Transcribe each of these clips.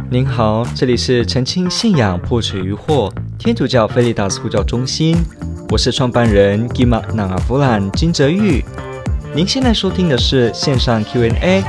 您好，这里是澄清信仰破除疑惑天主教菲利达斯呼叫中心，我是创办人 Gima Nangavulan 金哲玉。您现在收听的是线上 Q&A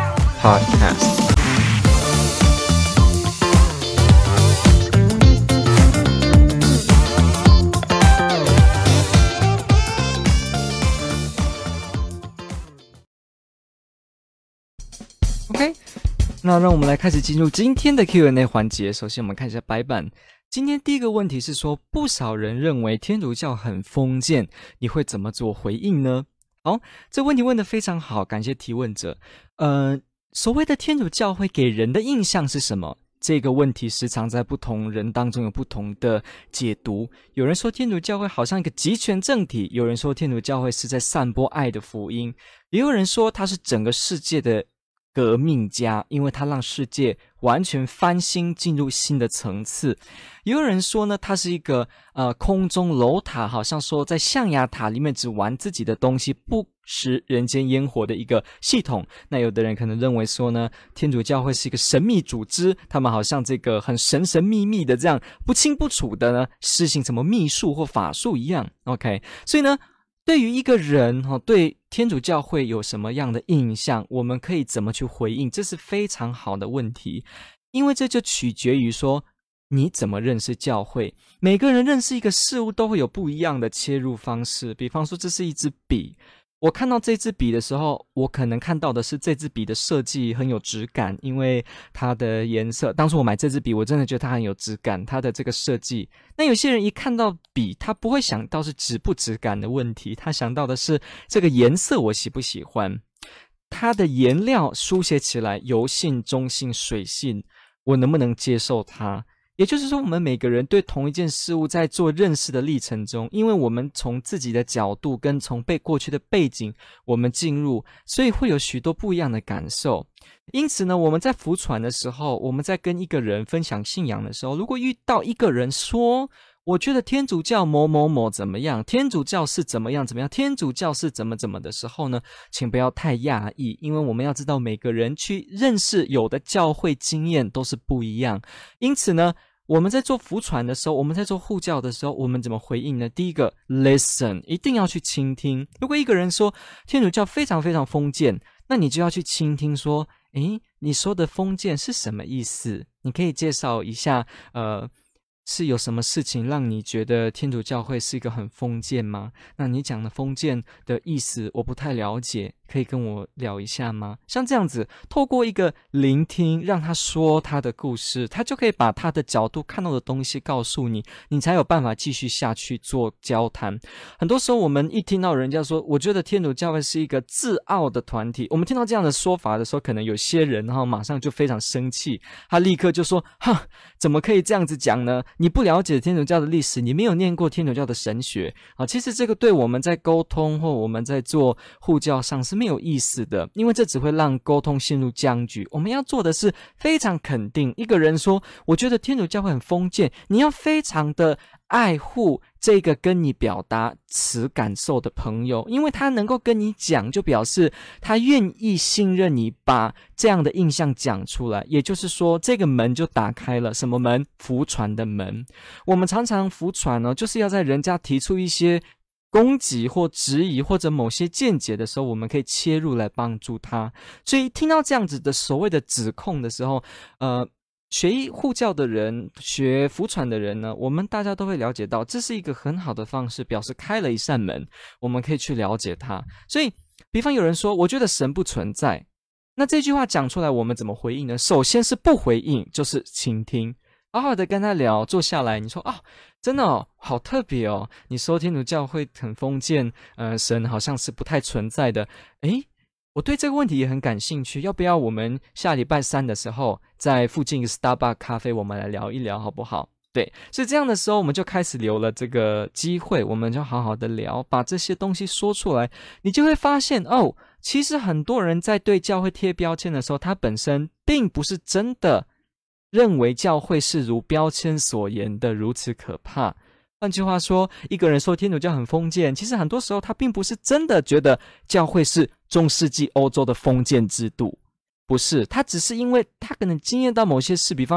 Podcast。OK， 那让我们来开始进入今天的 Q&A 环节。首先我们看一下白板。今天第一个问题是说，不少人认为天主教很封建，你会怎么做回应呢？好，这问题问得非常好，感谢提问者。所谓的天主教会给人的印象是什么？这个问题时常在不同人当中有不同的解读。有人说天主教会好像一个集权政体，有人说天主教会是在散播爱的福音，也有人说它是整个世界的革命家，因为他让世界完全翻新，进入新的层次。也有人说呢，他是一个空中楼塔，好像说在象牙塔里面只玩自己的东西，不食人间烟火的一个系统。那有的人可能认为说呢，天主教会是一个神秘组织，他们好像这个很神神秘秘的这样不清不楚的呢施行什么秘术或法术一样。 OK， 所以呢对于一个人对天主教会有什么样的印象，我们可以怎么去回应，这是非常好的问题。因为这就取决于说你怎么认识教会。每个人认识一个事物都会有不一样的切入方式。比方说这是一支笔，我看到这支笔的时候，我可能看到的是这支笔的设计很有质感，因为它的颜色，当初我买这支笔我真的觉得它很有质感，它的这个设计。那有些人一看到笔，他不会想到是质不质感的问题，他想到的是这个颜色我喜不喜欢，它的颜料书写起来油性、中性、水性，我能不能接受它。也就是说，我们每个人对同一件事物在做认识的历程中，因为我们从自己的角度跟从过去的背景我们进入，所以会有许多不一样的感受。因此呢，我们在服传的时候，我们在跟一个人分享信仰的时候，如果遇到一个人说我觉得天主教某某某怎么样，天主教是怎么样怎么样，天主教是怎么的时候呢，请不要太讶异，因为我们要知道每个人去认识有的教会经验都是不一样。因此呢，我们在做福传的时候，我们在做护教的时候，我们怎么回应呢？第一个 listen， 一定要去倾听。如果一个人说天主教非常非常封建，那你就要去倾听说，你说的封建是什么意思？你可以介绍一下是有什么事情让你觉得天主教会是一个很封建吗？那你讲的封建的意思我不太了解，可以跟我聊一下吗？像这样子，透过一个聆听，让他说他的故事，他就可以把他的角度看到的东西告诉你，你才有办法继续下去做交谈。很多时候我们一听到人家说我觉得天主教会是一个自傲的团体，我们听到这样的说法的时候，可能有些人马上就非常生气，他立刻就说怎么可以这样子讲呢？你不了解天主教的历史，你没有念过天主教的神学其实这个对我们在沟通或我们在做护教上是没有意思的，因为这只会让沟通陷入僵局。我们要做的是非常肯定，一个人说我觉得天主教会很封建，你要非常的爱护这个跟你表达此感受的朋友，因为他能够跟你讲，就表示他愿意信任你把这样的印象讲出来。也就是说，这个门就打开了。什么门？福传的门。我们常常福传就是要在人家提出一些攻击或质疑或者某些见解的时候，我们可以切入来帮助他。所以听到这样子的所谓的指控的时候，学护教的人，学福传的人呢，我们大家都会了解到，这是一个很好的方式，表示开了一扇门，我们可以去了解它。所以比方有人说我觉得神不存在，那这句话讲出来我们怎么回应呢？首先是不回应，就是倾听，好好的跟他聊，坐下来，你说真的好特别你说天主教会很封建，神好像是不太存在的。我对这个问题也很感兴趣，要不要我们下礼拜三的时候在附近 Starbucks 咖啡我们来聊一聊好不好？对，所以这样的时候我们就开始留了这个机会，我们就好好的聊，把这些东西说出来，你就会发现其实很多人在对教会贴标签的时候，他本身并不是真的认为教会是如标签所言的如此可怕。换句话说，一个人说天主教很封建，其实很多时候他并不是真的觉得教会是中世纪欧洲的封建制度，不是，他只是因为他可能经验到某些事，比方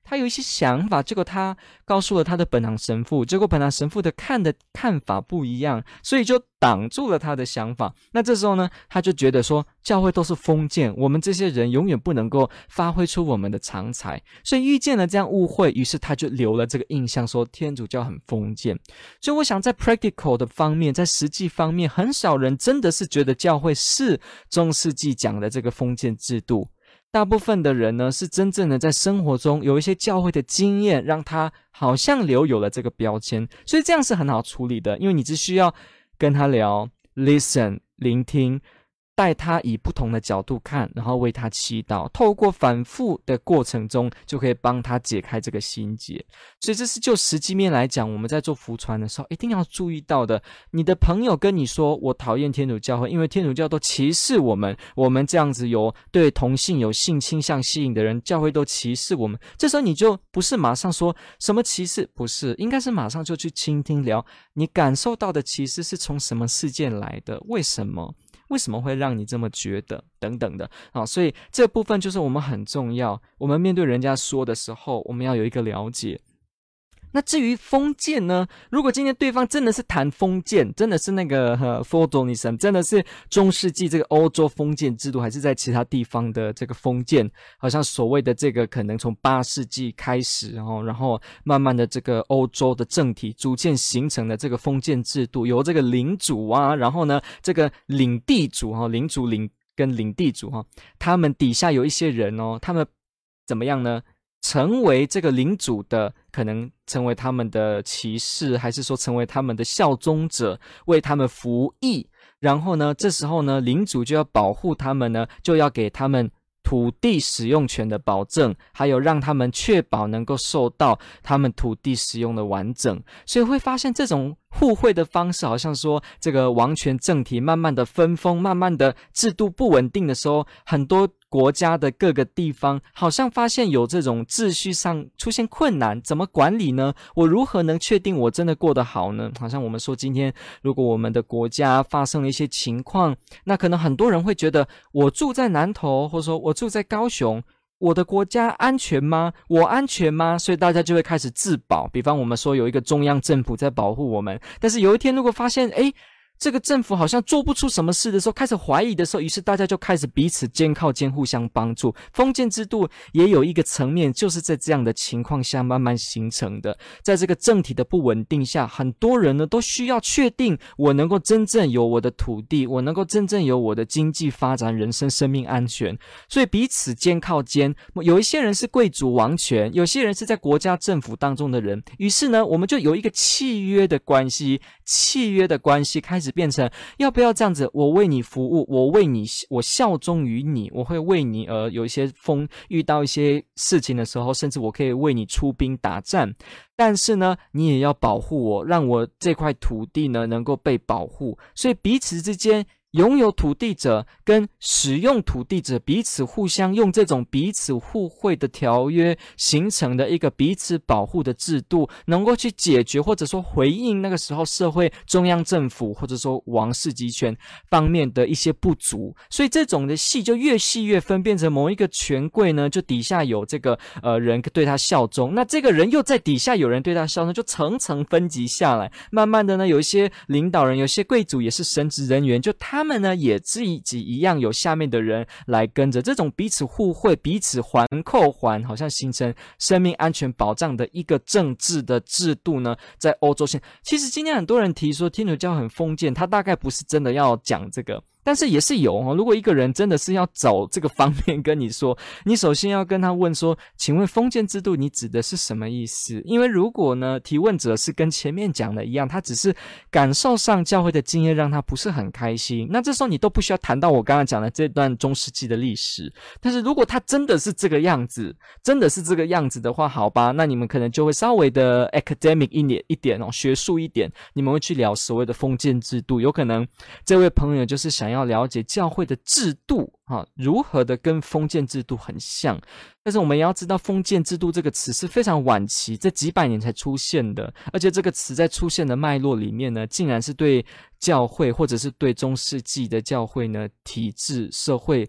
他有一些想法，结果他告诉了他的本堂神父，结果本堂神父的看法不一样，所以就挡住了他的想法。那这时候呢，他就觉得说教会都是封建，我们这些人永远不能够发挥出我们的长才，所以遇见了这样误会，于是他就留了这个印象说天主教很封建。所以我想在 practical 的方面，在实际方面，很少人真的是觉得教会是中世纪讲的这个封建制度。大部分的人呢，是真正的在生活中有一些教会的经验，让他好像留有了这个标签，所以这样是很好处理的，因为你只需要跟他聊 listen 聆听，带他以不同的角度看，然后为他祈祷，透过反复的过程中就可以帮他解开这个心结。所以这是就实际面来讲，我们在做福传的时候一定要注意到的。你的朋友跟你说我讨厌天主教会，因为天主教都歧视我们这样子有对同性有性倾向吸引的人，教会都歧视我们，这时候你就不是马上说什么歧视，不是，应该是马上就去倾听，聊你感受到的歧视是从什么事件来的，为什么会让你这么觉得等等的所以这部分就是我们很重要，我们面对人家说的时候，我们要有一个了解。那至于封建呢，如果今天对方真的是谈封建，真的是那个feudalism，真的是中世纪这个欧洲封建制度，还是在其他地方的这个封建，好像所谓的这个可能从8世纪开始，然后慢慢的这个欧洲的政体逐渐形成的这个封建制度，由这个领主然后呢这个领地主领主跟领地主他们底下有一些人他们怎么样呢？成为这个领主的，可能成为他们的骑士，还是说成为他们的效忠者，为他们服役。然后呢，这时候呢，领主就要保护他们呢，就要给他们土地使用权的保证，还有让他们确保能够受到他们土地使用的完整。所以会发现这种互惠的方式，好像说这个王权政体慢慢的分封，慢慢的制度不稳定的时候，很多国家的各个地方好像发现有这种秩序上出现困难，怎么管理呢？我如何能确定我真的过得好呢？好像我们说今天如果我们的国家发生了一些情况，那可能很多人会觉得我住在南投，或者说我住在高雄，我的国家安全吗？我安全吗？所以大家就会开始自保，比方我们说有一个中央政府在保护我们，但是有一天如果发现这个政府好像做不出什么事的时候，开始怀疑的时候，于是大家就开始彼此肩靠肩互相帮助。封建制度也有一个层面，就是在这样的情况下慢慢形成的。在这个政体的不稳定下，很多人呢都需要确定我能够真正有我的土地，我能够真正有我的经济发展，人身生命安全，所以彼此肩靠肩。有一些人是贵族王权，有些人是在国家政府当中的人，于是呢我们就有一个契约的关系开始变成要不要这样子，我为你服务，我效忠于你，我会为你有一些遇到一些事情的时候，甚至我可以为你出兵打仗，但是呢你也要保护我，让我这块土地呢能够被保护。所以彼此之间拥有土地者跟使用土地者彼此互相用这种彼此互惠的条约形成的一个彼此保护的制度，能够去解决或者说回应那个时候社会中央政府或者说王室集权方面的一些不足。所以这种的戏就越戏越分，变成某一个权贵呢就底下有这个人对他效忠，那这个人又在底下有人对他效忠，就层层分级下来，慢慢的呢有一些领导人，有些贵族也是神职人员，就他们呢也自己一样有下面的人来跟着，这种彼此互惠彼此环扣环，好像形成生命安全保障的一个政治的制度呢，在欧洲其实今天很多人提说天主教很封建，他大概不是真的要讲这个，但是也是有如果一个人真的是要找这个方面跟你说，你首先要跟他问说，请问封建制度你指的是什么意思？因为如果呢提问者是跟前面讲的一样，他只是感受上教会的经验让他不是很开心，那这时候你都不需要谈到我刚刚讲的这段中世纪的历史。但是如果他真的是这个样子的话，好吧，那你们可能就会稍微的 academic 一点学术一点，你们会去聊所谓的封建制度。有可能这位朋友就是想要了解教会的制度如何的跟封建制度很像，但是我们也要知道封建制度这个词是非常晚期，这几百年才出现的，而且这个词在出现的脉络里面呢，竟然是对教会或者是对中世纪的教会呢体制社会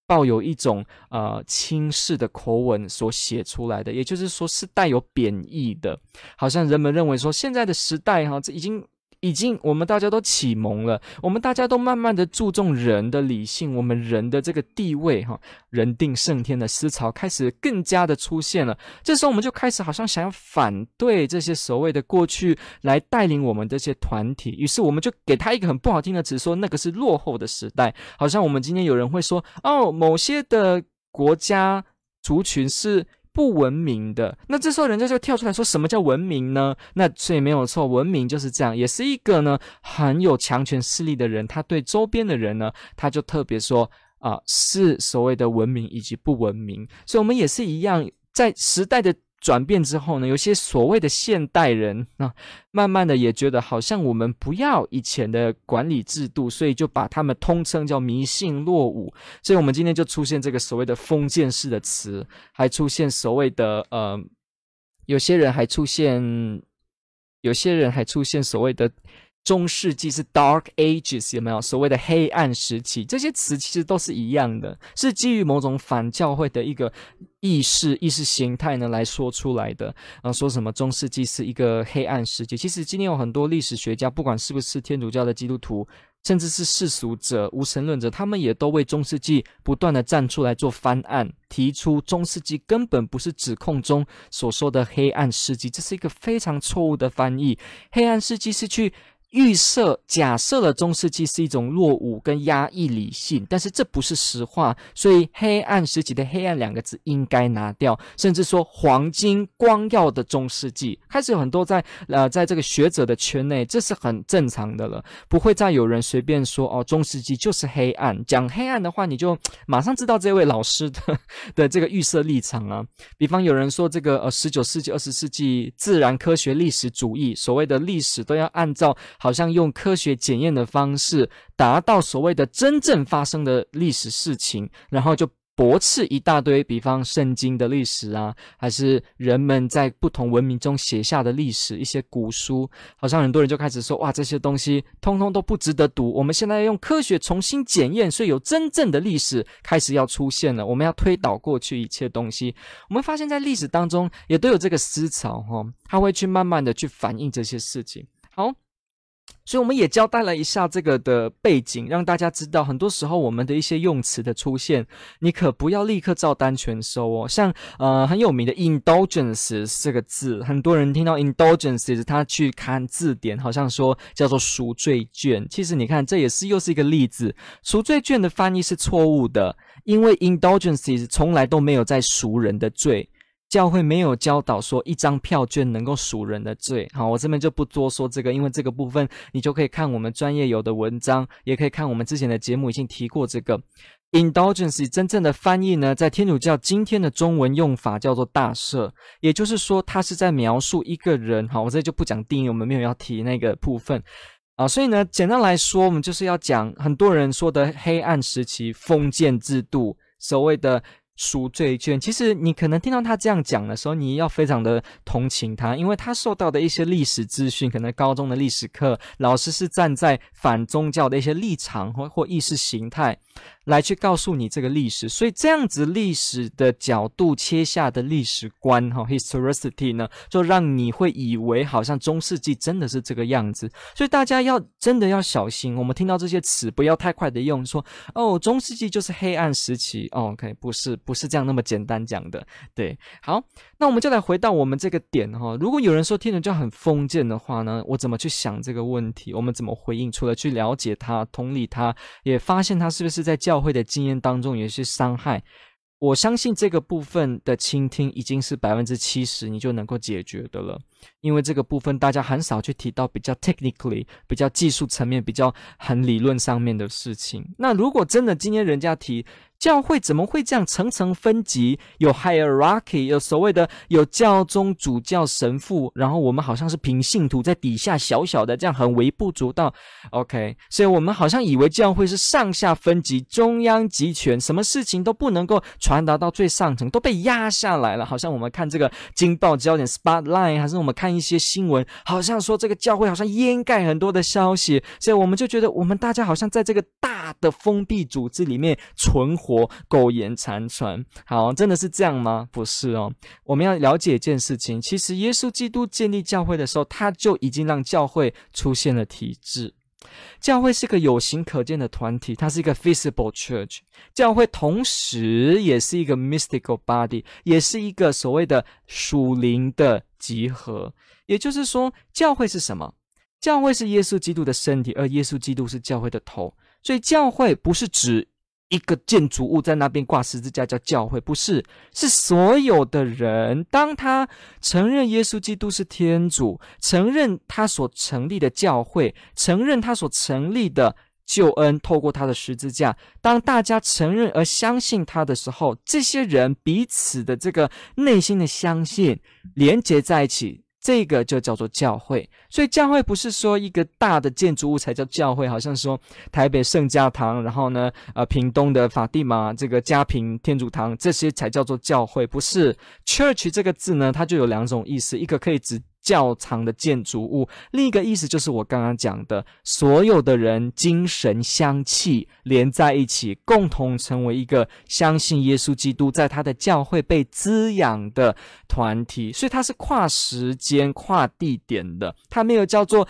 抱有一种轻视的口吻所写出来的，也就是说是带有贬义的，好像人们认为说现在的时代这已经我们大家都启蒙了，我们大家都慢慢的注重人的理性，我们人的这个地位人定胜天的思潮开始更加的出现了。这时候我们就开始好像想要反对这些所谓的过去来带领我们这些团体，于是我们就给他一个很不好听的词，说那个是落后的时代。好像我们今天有人会说某些的国家族群是不文明的，那这时候人家就跳出来说什么叫文明呢？那所以没有错，文明就是这样，也是一个呢很有强权势力的人，他对周边的人呢，他就特别说是所谓的文明以及不文明。所以我们也是一样，在时代的转变之后呢，有些所谓的现代人慢慢的也觉得好像我们不要以前的管理制度，所以就把他们通称叫迷信落伍。所以我们今天就出现这个所谓的封建式的词，还出现所谓的有些人还出现所谓的中世纪是 Dark Ages， 有没有？所谓的黑暗时期，这些词其实都是一样的，是基于某种反教会的一个意识形态呢来说出来的。说什么中世纪是一个黑暗时期，其实今天有很多历史学家，不管是不是天主教的基督徒，甚至是世俗者、无神论者，他们也都为中世纪不断的站出来做翻案，提出中世纪根本不是指控中所说的黑暗世纪，这是一个非常错误的翻译。黑暗世纪是去假设了中世纪是一种落伍跟压抑理性，但是这不是实话，所以黑暗时期的黑暗两个字应该拿掉，甚至说黄金光耀的中世纪，开始有很多在这个学者的圈内，这是很正常的了，不会再有人随便说中世纪就是黑暗，讲黑暗的话你就马上知道这位老师的这个预设立场啊。比方有人说这个19世纪20世纪自然科学历史主义，所谓的历史都要按照好像用科学检验的方式达到所谓的真正发生的历史事情，然后就驳斥一大堆，比方圣经的历史啊，还是人们在不同文明中写下的历史，一些古书，好像很多人就开始说哇，这些东西通通都不值得读，我们现在要用科学重新检验，所以有真正的历史开始要出现了，我们要推倒过去一切东西。我们发现在历史当中也都有这个思潮它会去慢慢的去反映这些事情。好，所以我们也交代了一下这个的背景，让大家知道很多时候我们的一些用词的出现，你可不要立刻照单全收像很有名的 indulgences 这个字，很多人听到 indulgences 他去看字典，好像说叫做赎罪券，其实你看这也是又是一个例子，赎罪券的翻译是错误的，因为 indulgences 从来都没有在赎人的罪，教会没有教导说一张票券能够赎人的罪。好，我这边就不多说这个，因为这个部分你就可以看我们专业有的文章，也可以看我们之前的节目已经提过这个。Indulgence 真正的翻译呢，在天主教今天的中文用法叫做大赦，也就是说它是在描述一个人。好，我这就不讲定义，我们没有要提那个部分所以呢，简单来说，我们就是要讲很多人说的黑暗时期、封建制度，所谓的赎罪券。其实你可能听到他这样讲的时候，你要非常的同情他，因为他受到的一些历史资讯，可能高中的历史课老师是站在反宗教的一些立场或意识形态来去告诉你这个历史，所以这样子历史的角度切下的历史观historicity 呢，就让你会以为好像中世纪真的是这个样子。所以大家真的要小心，我们听到这些词不要太快的用说中世纪就是黑暗时期OK， 不是这样那么简单讲的。对，好，那我们就来回到我们这个点如果有人说天主教很封建的话呢，我怎么去想这个问题，我们怎么回应，除了去了解他、同理他，也发现他是不是在教会的经验当中有一些伤害。我相信这个部分的倾听已经是 70% 你就能够解决的了，因为这个部分大家很少去提到比较 technically 比较技术层面比较很理论上面的事情。那如果真的今天人家提教会怎么会这样层层分级，有 hierarchy， 有所谓的有教宗、主教、神父，然后我们好像是平信徒在底下小小的这样很微不足道 OK， 所以我们好像以为教会是上下分级，中央集权，什么事情都不能够传达到最上层，都被压下来了，好像我们看这个惊爆焦点 Spotlight 还是我们们看一些新闻，好像说这个教会好像掩盖很多的消息，所以我们就觉得我们大家好像在这个大的封闭组织里面存活，苟延残喘。好，真的是这样吗？不是哦。我们要了解一件事情，其实耶稣基督建立教会的时候，他就已经让教会出现了体制。教会是个有形可见的团体，它是一个 visible church。教会同时也是一个 mystical body， 也是一个所谓的属灵的集合。也就是说，教会是什么？教会是耶稣基督的身体，而耶稣基督是教会的头。所以教会不是指一个建筑物在那边挂十字架叫教会，不是，是所有的人，当他承认耶稣基督是天主，承认他所成立的教会，承认他所成立的救恩透过他的十字架，当大家承认而相信他的时候，这些人彼此的这个内心的相信连结在一起，这个就叫做教会。所以教会不是说一个大的建筑物才叫教会，好像说台北圣家堂，然后呢屏东的法蒂玛这个嘉平天主堂，这些才叫做教会。不是 church 这个字呢，它就有两种意思，一个可以指教堂的建筑物，另一个意思就是我刚刚讲的，所有的人精神相契连在一起，共同成为一个相信耶稣基督在他的教会被滋养的团体。所以它是跨时间跨地点的，它没有叫做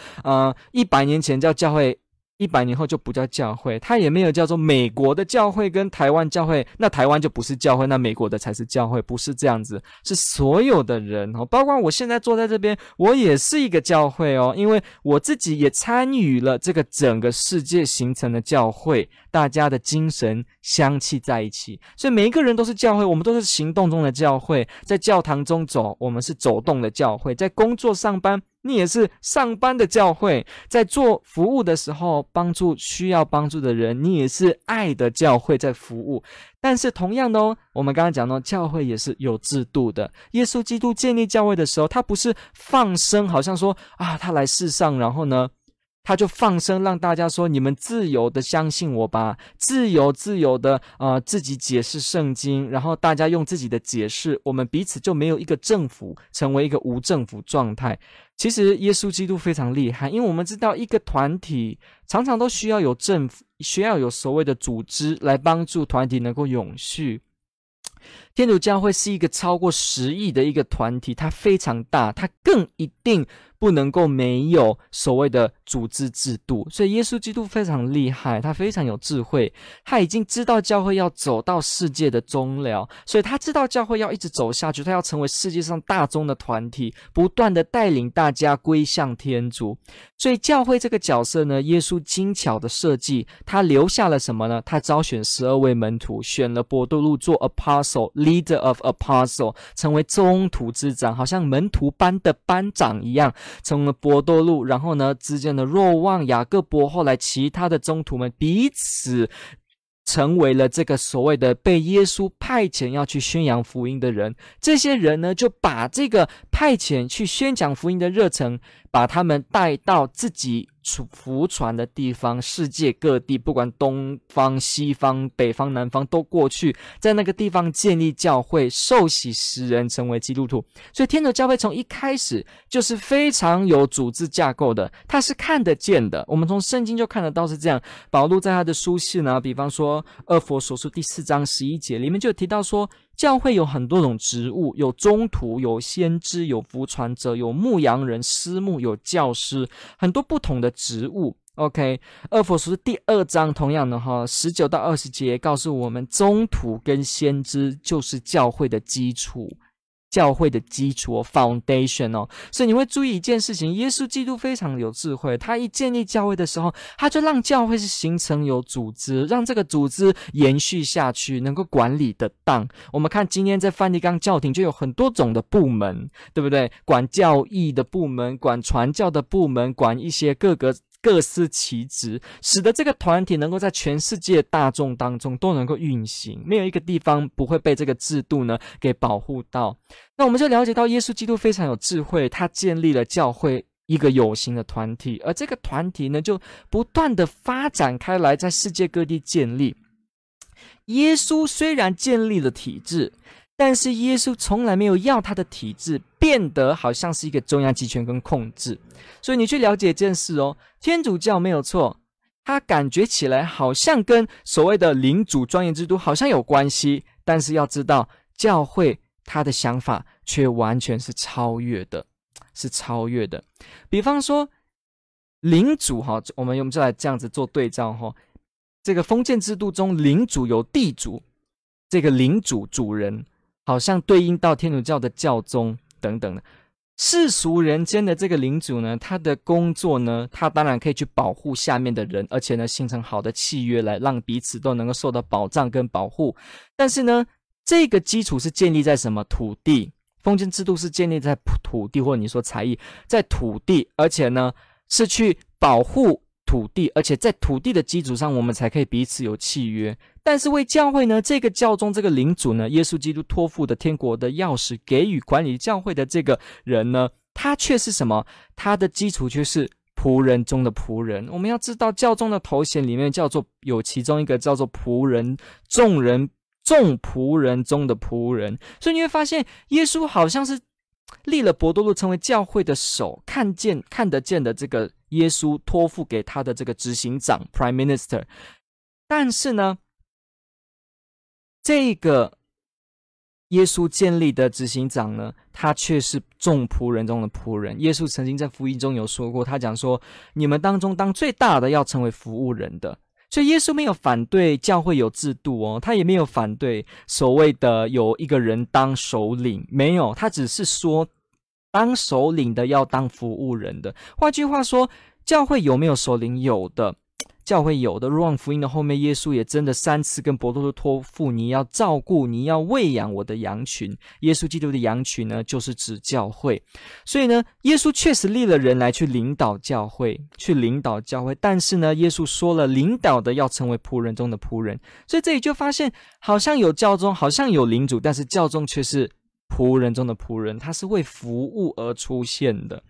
100年前叫教会，100年后就不叫教会，它也没有叫做美国的教会跟台湾教会，那台湾就不是教会，那美国的才是教会，不是这样子，是所有的人哦，包括我现在坐在这边，我也是一个教会哦，因为我自己也参与了这个整个世界形成的教会，大家的精神相契在一起，所以每一个人都是教会，我们都是行动中的教会，在教堂中走，我们是走动的教会，在工作上班你也是上班的教会，在做服务的时候帮助需要帮助的人，你也是爱的教会在服务。但是同样的哦，我们刚刚讲到教会也是有制度的。耶稣基督建立教会的时候，他不是放生，好像说他来世上，然后呢他就放生让大家说你们自由的相信我吧，自由的自己解释圣经，然后大家用自己的解释，我们彼此就没有一个政府，成为一个无政府状态。其实耶稣基督非常厉害，因为我们知道一个团体常常都需要有政府，需要有所谓的组织来帮助团体能够永续。天主教会是一个超过10亿的一个团体，它非常大，它更一定不能够没有所谓的组织制度。所以耶稣基督非常厉害，他非常有智慧，他已经知道教会要走到世界的终了，所以他知道教会要一直走下去，他要成为世界上大宗的团体，不断的带领大家归向天主。所以教会这个角色呢，耶稣精巧的设计，他留下了什么呢？他招选12位门徒，选了伯多禄做 apostle leader of apostle， 成为宗徒之长，好像门徒班的班长一样，成了伯多禄，然后呢之间的若望、雅各伯，后来其他的宗徒们彼此成为了这个所谓的被耶稣派遣要去宣扬福音的人。这些人呢就把这个派遣去宣讲福音的热忱，把他们带到自己服传的地方，世界各地，不管东方西方北方南方都过去，在那个地方建立教会，受洗使人成为基督徒。所以天主教会从一开始就是非常有组织架构的，它是看得见的，我们从圣经就看得到是这样。保禄在他的书信呢，比方说《以弗所书》第4章11节里面就有提到说，教会有很多种职务，有宗徒，有先知，有服传者，有牧羊人、师牧，有教师，很多不同的职务。OK， 以弗所书第2章同样的19到20节告诉我们，宗徒跟先知就是教会的基础。教会的基础foundation所以你会注意一件事情，耶稣基督非常有智慧，他一建立教会的时候，他就让教会是形成有组织，让这个组织延续下去，能够管理得当。我们看今天在梵蒂冈教廷就有很多种的部门，对不对？管教义的部门，管传教的部门，管一些各司其职，使得这个团体能够在全世界大众当中都能够运行，没有一个地方不会被这个制度呢给保护到。那我们就了解到耶稣基督非常有智慧，他建立了教会一个有形的团体，而这个团体呢就不断的发展开来，在世界各地建立。耶稣虽然建立了体制， 但是耶稣从来没有要他的体制变得好像是一个中央集权跟控制。所以你去了解一件事哦，天主教没有错，它感觉起来好像跟所谓的领主专业制度好像有关系，但是要知道教会他的想法却完全是超越的，比方说领主我们就来这样子做对照这个封建制度中领主有地主，这个领主主人好像对应到天主教的教宗等等的。世俗人间的这个领主呢，他的工作呢，他当然可以去保护下面的人，而且呢形成好的契约来让彼此都能够受到保障跟保护。但是呢，这个基础是建立在什么？土地。封建制度是建立在土地，或者你说才艺，在土地，而且呢是去保护土地，而且在土地的基础上我们才可以彼此有契约。但是为教会呢，这个教宗这个领主呢，耶稣基督托付的天国的钥匙给予管理教会的这个人呢，他却是什么？他的基础却是仆人中的仆人。我们要知道教宗的头衔里面有其中一个叫做仆人，众仆人中的仆人。所以你会发现耶稣好像是立了伯多禄成为教会的手，看得见的这个耶稣托付给他的这个执行长 Prime Minister。 但是呢，这个耶稣建立的执行长呢，他却是众仆人中的仆人。耶稣曾经在福音中有说过，他讲说，你们当中当最大的要成为服务人的。所以耶稣没有反对教会有制度哦，他也没有反对所谓的有一个人当首领，没有，他只是说当首领的要当服务人的。换句话说，教会有没有首领？有的，教会有的。若望福音的后面，耶稣也真的3次跟伯多禄托付，你要照顾，你要喂养我的羊群。耶稣基督的羊群呢，就是指教会。所以呢，耶稣确实立了人来去领导教会，但是呢，耶稣说了，领导的要成为仆人中的仆人。所以这里就发现，好像有教宗，好像有领主，但是教宗却是仆人中的仆人，他是为服务而出现的。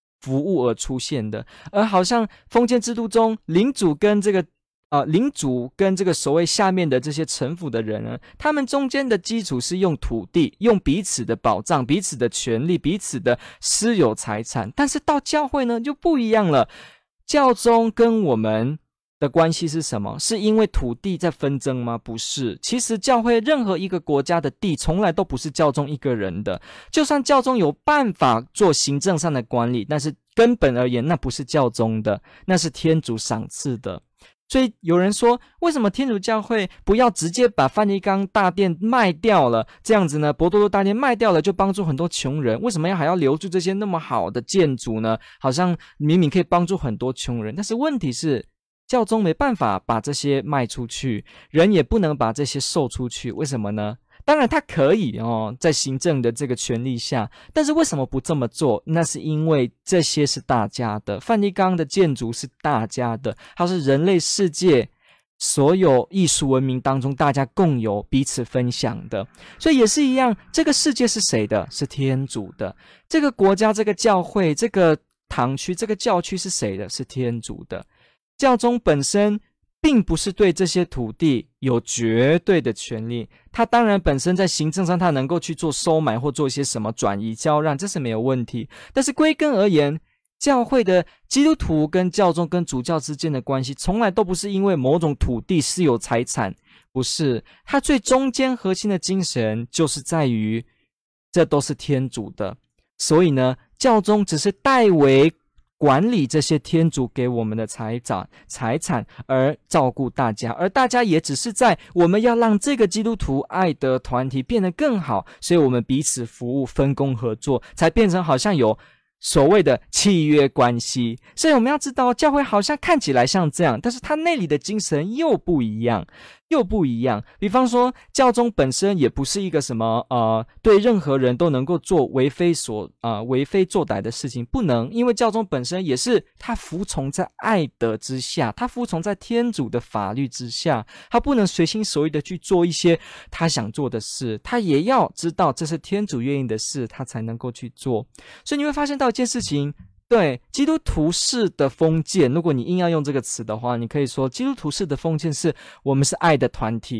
而好像封建制度中领主跟这个所谓下面的这些臣服的人呢，他们中间的基础是用土地，用彼此的保障，彼此的权利，彼此的私有财产。但是到教会呢就不一样了，教宗跟我们的关系是什么？是因为土地在纷争吗？不是。其实教会任何一个国家的地从来都不是教宗一个人的，就算教宗有办法做行政上的管理，但是根本而言那不是教宗的，那是天主赏赐的。所以有人说，为什么天主教会不要直接把梵蒂冈大殿卖掉了？这样子呢，伯多禄大殿卖掉了就帮助很多穷人，为什么还要留住这些那么好的建筑呢？好像明明可以帮助很多穷人，但是问题是教宗没办法把这些卖出去，人也不能把这些售出去，为什么呢？当然他可以在行政的这个权力下，但是为什么不这么做？那是因为这些是大家的，梵蒂冈的建筑是大家的，它是人类世界所有艺术文明当中大家共有彼此分享的。所以也是一样，这个世界是谁的？是天主的。这个国家，这个教会，这个堂区，这个教区是谁的？是天主的。教宗本身并不是对这些土地有绝对的权利，他当然本身在行政上他能够去做收买或做一些什么转移交让，这是没有问题。但是归根而言，教会的基督徒跟教宗跟主教之间的关系从来都不是因为某种土地私有财产，不是，它最中间核心的精神就是在于这都是天主的。所以呢，教宗只是代为管理这些天主给我们的财产而照顾大家，而大家也只是在我们要让这个基督徒爱的团体变得更好，所以我们彼此服务，分工合作，才变成好像有所谓的契约关系。所以我们要知道，教会好像看起来像这样，但是它内里的精神又不一样。比方说，教宗本身也不是一个什么对任何人都能够做为非作歹的事情，不能，因为教宗本身也是他服从在爱德之下，他服从在天主的法律之下，他不能随心所欲的去做一些他想做的事，他也要知道这是天主愿意的事，他才能够去做。所以你会发现到一件事情，对，基督徒式的封建，如果你硬要用这个词的话，你可以说基督徒式的封建是我们是爱的团体，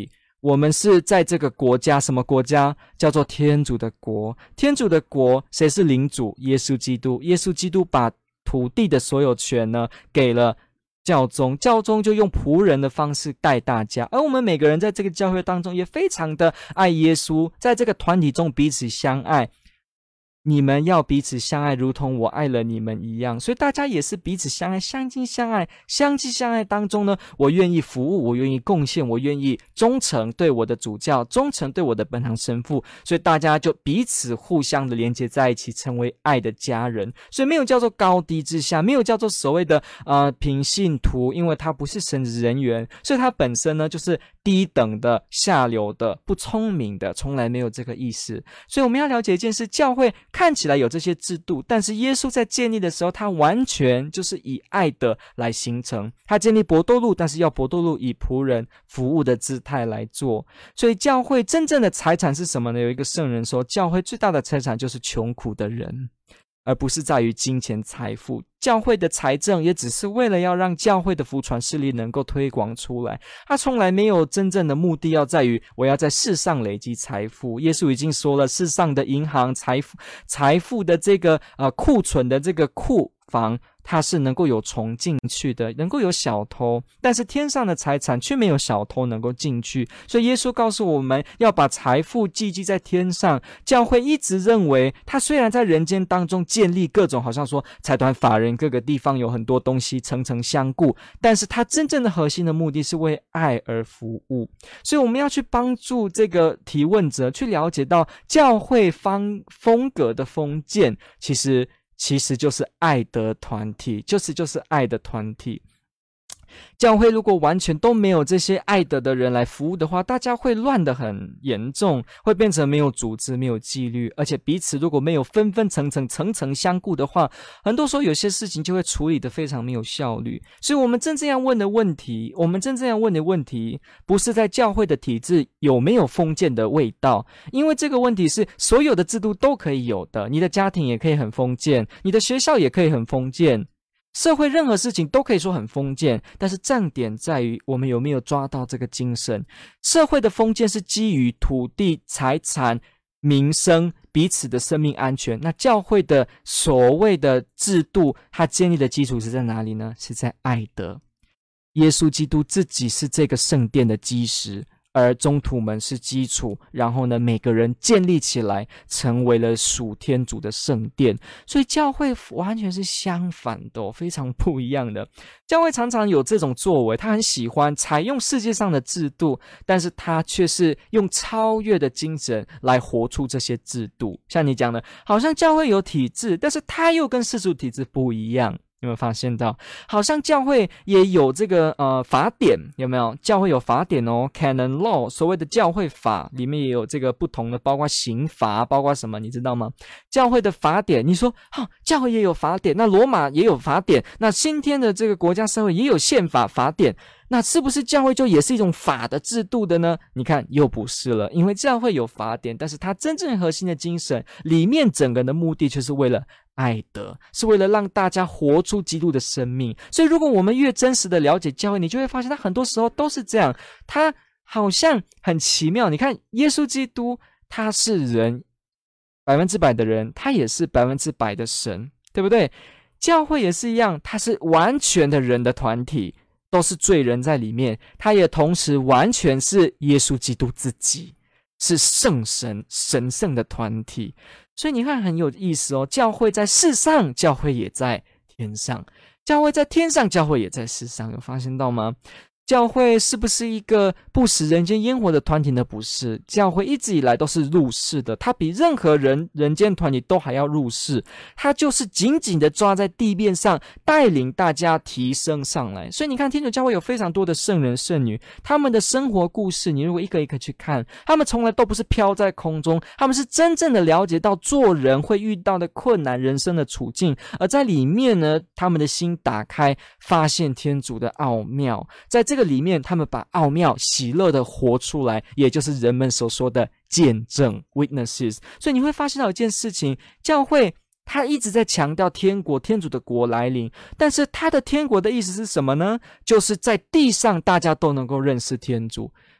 我们是在这个国家，什么国家？叫做天主的国。天主的国，谁是领主？耶稣基督。耶稣基督把土地的所有权呢，给了教宗，教宗就用仆人的方式带大家，而我们每个人在这个教会当中也非常的爱耶稣，在这个团体中彼此相爱。你们要彼此相爱，如同我爱了你们一样。所以大家也是彼此相爱，相亲相爱，相亲相爱当中呢，我愿意服务，我愿意贡献，我愿意忠诚对我的主教，忠诚对我的本堂神父。所以大家就彼此互相的连接在一起，成为爱的家人。所以没有叫做高低之下，没有叫做所谓的平信徒，因为他不是神职人员，所以他本身呢就是低等的、下流的、不聪明的，从来没有这个意思。所以我们要了解一件事，教会看起来有这些制度，但是耶稣在建立的时候，他完全就是以爱的来形成。他建立伯多禄，但是要伯多禄以仆人服务的姿态来做。所以教会真正的财产是什么呢？有一个圣人说，教会最大的财产就是穷苦的人，而不是在于金钱财富。教会的财政也只是为了要让教会的福传事力能够推广出来，他从来没有真正的目的要在于我要在世上累积财富。耶稣已经说了，世上的银行财富的这个库存的这个库房，它是能够有虫进去的，能够有小偷，但是天上的财产却没有小偷能够进去。所以耶稣告诉我们要把财富寄居在天上。教会一直认为，他虽然在人间当中建立各种好像说财团法人，各个地方有很多东西层层相顾，但是他真正的核心的目的是为爱而服务。所以我们要去帮助这个提问者去了解到，教会风格的封建其实就是爱的团体，就是爱的团体。教会如果完全都没有这些爱的人来服务的话，大家会乱得很严重，会变成没有组织，没有纪律，而且彼此如果没有分层相顾的话，很多时候有些事情就会处理得非常没有效率。所以我们真正要问的问题，不是在教会的体制有没有封建的味道，因为这个问题是所有的制度都可以有的，你的家庭也可以很封建，你的学校也可以很封建，社会任何事情都可以说很封建，但是重点在于我们有没有抓到这个精神。社会的封建是基于土地、财产、民生、彼此的生命安全，那教会的所谓的制度，它建立的基础是在哪里呢？是在爱的。耶稣基督自己是这个圣殿的基石，而宗徒们是基础，然后呢，每个人建立起来，成为了属天主的圣殿。所以教会完全是相反的非常不一样的。教会常常有这种作为，他很喜欢采用世界上的制度，但是他却是用超越的精神来活出这些制度。像你讲的，好像教会有体制，但是他又跟世俗体制不一样。有没有发现到，好像教会也有这个法典，有没有？教会有法典哦 ，canon law， 所谓的教会法里面也有这个不同的，包括刑罚，包括什么，你知道吗？教会的法典，你说教会也有法典，那罗马也有法典，那今天的这个国家社会也有宪法法典，那是不是教会就也是一种法的制度的呢？你看又不是了，因为教会有法典，但是它真正核心的精神里面整个的目的却是为了爱的，是为了让大家活出基督的生命。所以如果我们越真实的了解教会，你就会发现它很多时候都是这样，它好像很奇妙。你看耶稣基督，他是人100%的人，他也是100%的神，对不对？教会也是一样，他是完全的人的团体，都是罪人在里面，他也同时完全是耶稣基督自己，是圣神神圣的团体。所以你看很有意思哦，教会在世上，教会也在天上；教会在天上，教会也在世上。有发现到吗？教会是不是一个不食人间烟火的团体呢？不是，教会一直以来都是入世的，它比任何人间团体都还要入世，它就是紧紧的抓在地面上，带领大家提升上来。所以你看天主教会有非常多的圣人圣女，他们的生活故事你如果一个一个去看，他们从来都不是飘在空中，他们是真正的了解到做人会遇到的困难人生的处境，而在里面呢，他们的心打开，发现天主的奥妙，在这个里面他们把奥妙喜乐的活出来，也就是人们所说的见证 witnesses。 所以你会发现到一件事情，教会他一直在强调天国，天主的国来临，但是他的天国的意思是什么呢？就是在地上大家都能够认识天主。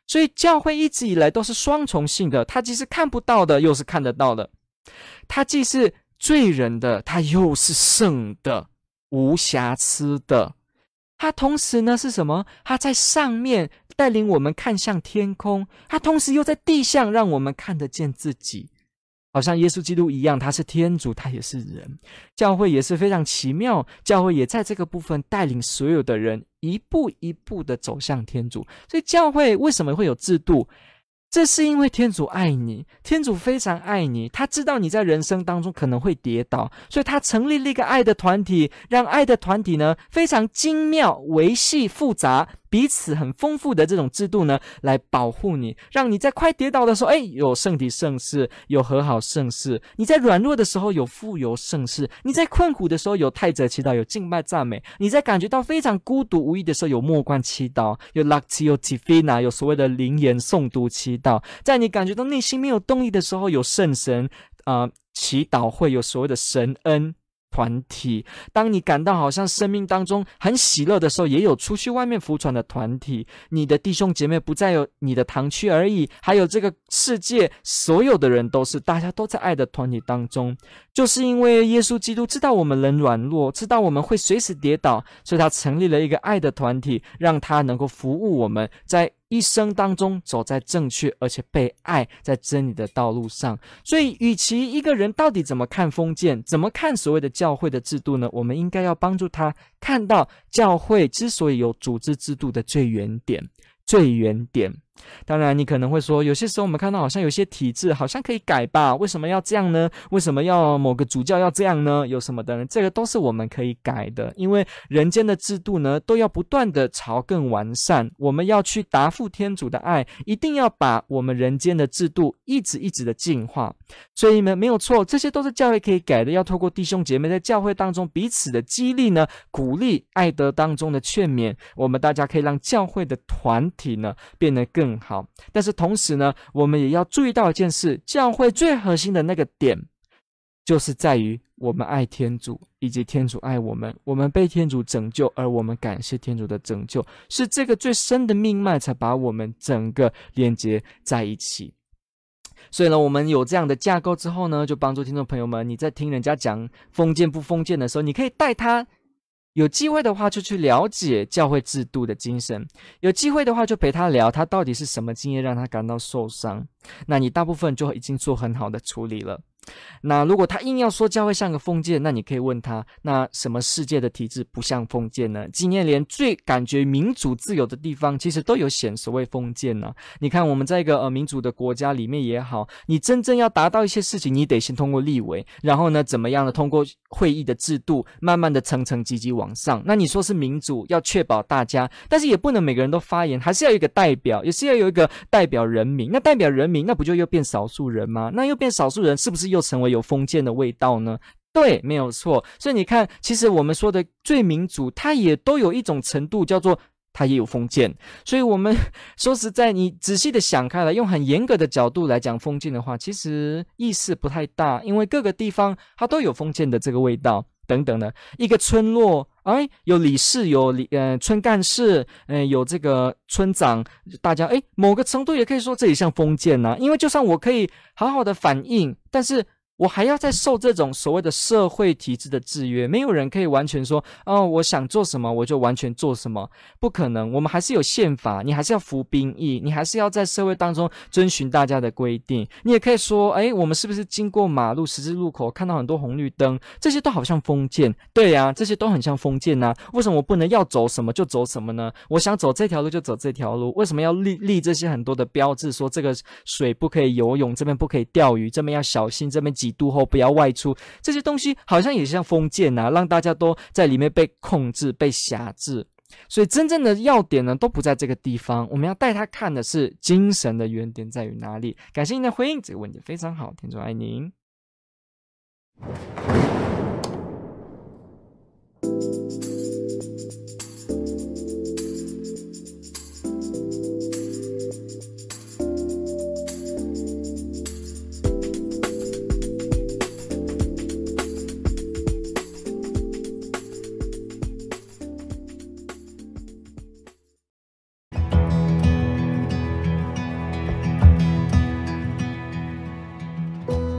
所以教会一直以来都是双重性的，它既是看不到的，又是看得到的，它既是罪人的，它又是圣的，无瑕疵的。它同时呢是什么？它在上面带领我们看向天空，它同时又在地上让我们看得见自己，好像耶稣基督一样，他是天主，他也是人。教会也是非常奇妙，教会也在这个部分带领所有的人一步一步的走向天主。所以教会为什么会有制度？这是因为天主爱你，天主非常爱你，他知道你在人生当中可能会跌倒，所以他成立了一个爱的团体，让爱的团体呢非常精妙、维系、复杂、彼此很丰富的这种制度呢，来保护你，让你在快跌倒的时候，有圣体圣事，有和好圣事；你在软弱的时候有傅油圣事；你在困苦的时候有太者祈祷，有敬拜赞美；你在感觉到非常孤独无依的时候有默观祈祷，有 Lectio Divina， 有所谓的灵言诵读祈祷；在你感觉到内心没有动力的时候，有圣神祈祷会，有所谓的神恩团体。当你感到好像生命当中很喜乐的时候，也有出去外面服传的团体。你的弟兄姐妹不再有你的堂区而已，还有这个世界所有的人都是，大家都在爱的团体当中。就是因为耶稣基督知道我们人软弱，知道我们会随时跌倒，所以他成立了一个爱的团体，让他能够服务我们在一生当中走在正确而且被爱在真理的道路上。所以与其一个人到底怎么看封建，怎么看所谓的教会的制度呢，我们应该要帮助他看到教会之所以有组织制度的最原点。当然你可能会说，有些时候我们看到好像有些体制好像可以改吧，为什么要这样呢？为什么要某个主教要这样呢？有什么的呢？这个都是我们可以改的，因为人间的制度呢都要不断的朝更完善，我们要去答复天主的爱，一定要把我们人间的制度一直的进化。所以呢没有错，这些都是教会可以改的，要透过弟兄姐妹在教会当中彼此的激励呢，鼓励爱德当中的劝勉，我们大家可以让教会的团体呢变得更好。但是同时呢，我们也要注意到一件事，教会最核心的那个点就是在于我们爱天主，以及天主爱我们，我们被天主拯救，而我们感谢天主的拯救，是这个最深的命脉才把我们整个连接在一起。所以呢，我们有这样的架构之后呢，就帮助听众朋友们，你在听人家讲封建不封建的时候，你可以带他，有机会的话就去了解教会制度的精神，有机会的话就陪他聊他到底是什么经验让他感到受伤，那你大部分就已经做很好的处理了。那如果他硬要说教会像个封建，那你可以问他，那什么世界的体制不像封建呢？今天连最感觉民主自由的地方其实都有显所谓封建呢。你看我们在一个民主的国家里面也好，你真正要达到一些事情，你得先通过立委，然后呢怎么样呢，通过会议的制度慢慢的层层级级往上。那你说是民主，要确保大家，但是也不能每个人都发言，还是要有一个代表，也是要有一个代表人民。那代表人民，那不就又变少数人吗？那又变少数人，是不是又成为有封建的味道呢？对，没有错。所以你看，其实我们说的最民主，它也都有一种程度叫做它也有封建。所以我们说实在，你仔细的想开来，用很严格的角度来讲封建的话，其实意思不太大，因为各个地方它都有封建的这个味道等等的。一个村落有理事，有村干事，有这个村长，大家某个程度也可以说这也像封建啊。因为就算我可以好好的反映，但是我还要再受这种所谓的社会体制的制约，没有人可以完全说我想做什么我就完全做什么，不可能。我们还是有宪法，你还是要服兵役，你还是要在社会当中遵循大家的规定。你也可以说我们是不是经过马路十字路口看到很多红绿灯，这些都好像封建。对啊，这些都很像封建啊。为什么我不能要走什么就走什么呢？我想走这条路就走这条路，为什么要立这些很多的标志，说这个水不可以游泳，这边不可以钓鱼，这边要小心，这边几度后不要外出，这些东西好像也像封建啊，让大家都在里面被控制被辖制。所以真正的要点呢都不在这个地方，我们要带他看的是精神的原点在于哪里。感谢您的回应，这个问题非常好，天主爱您。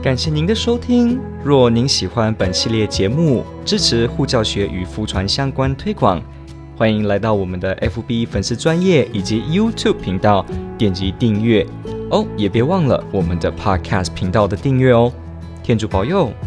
感谢您的收听。若您喜欢本系列节目，支持护教学与福传相关推广，欢迎来到我们的 FB 粉丝专页以及 YouTube 频道点击订阅哦，也别忘了我们的 Podcast 频道的订阅哦。天主保佑，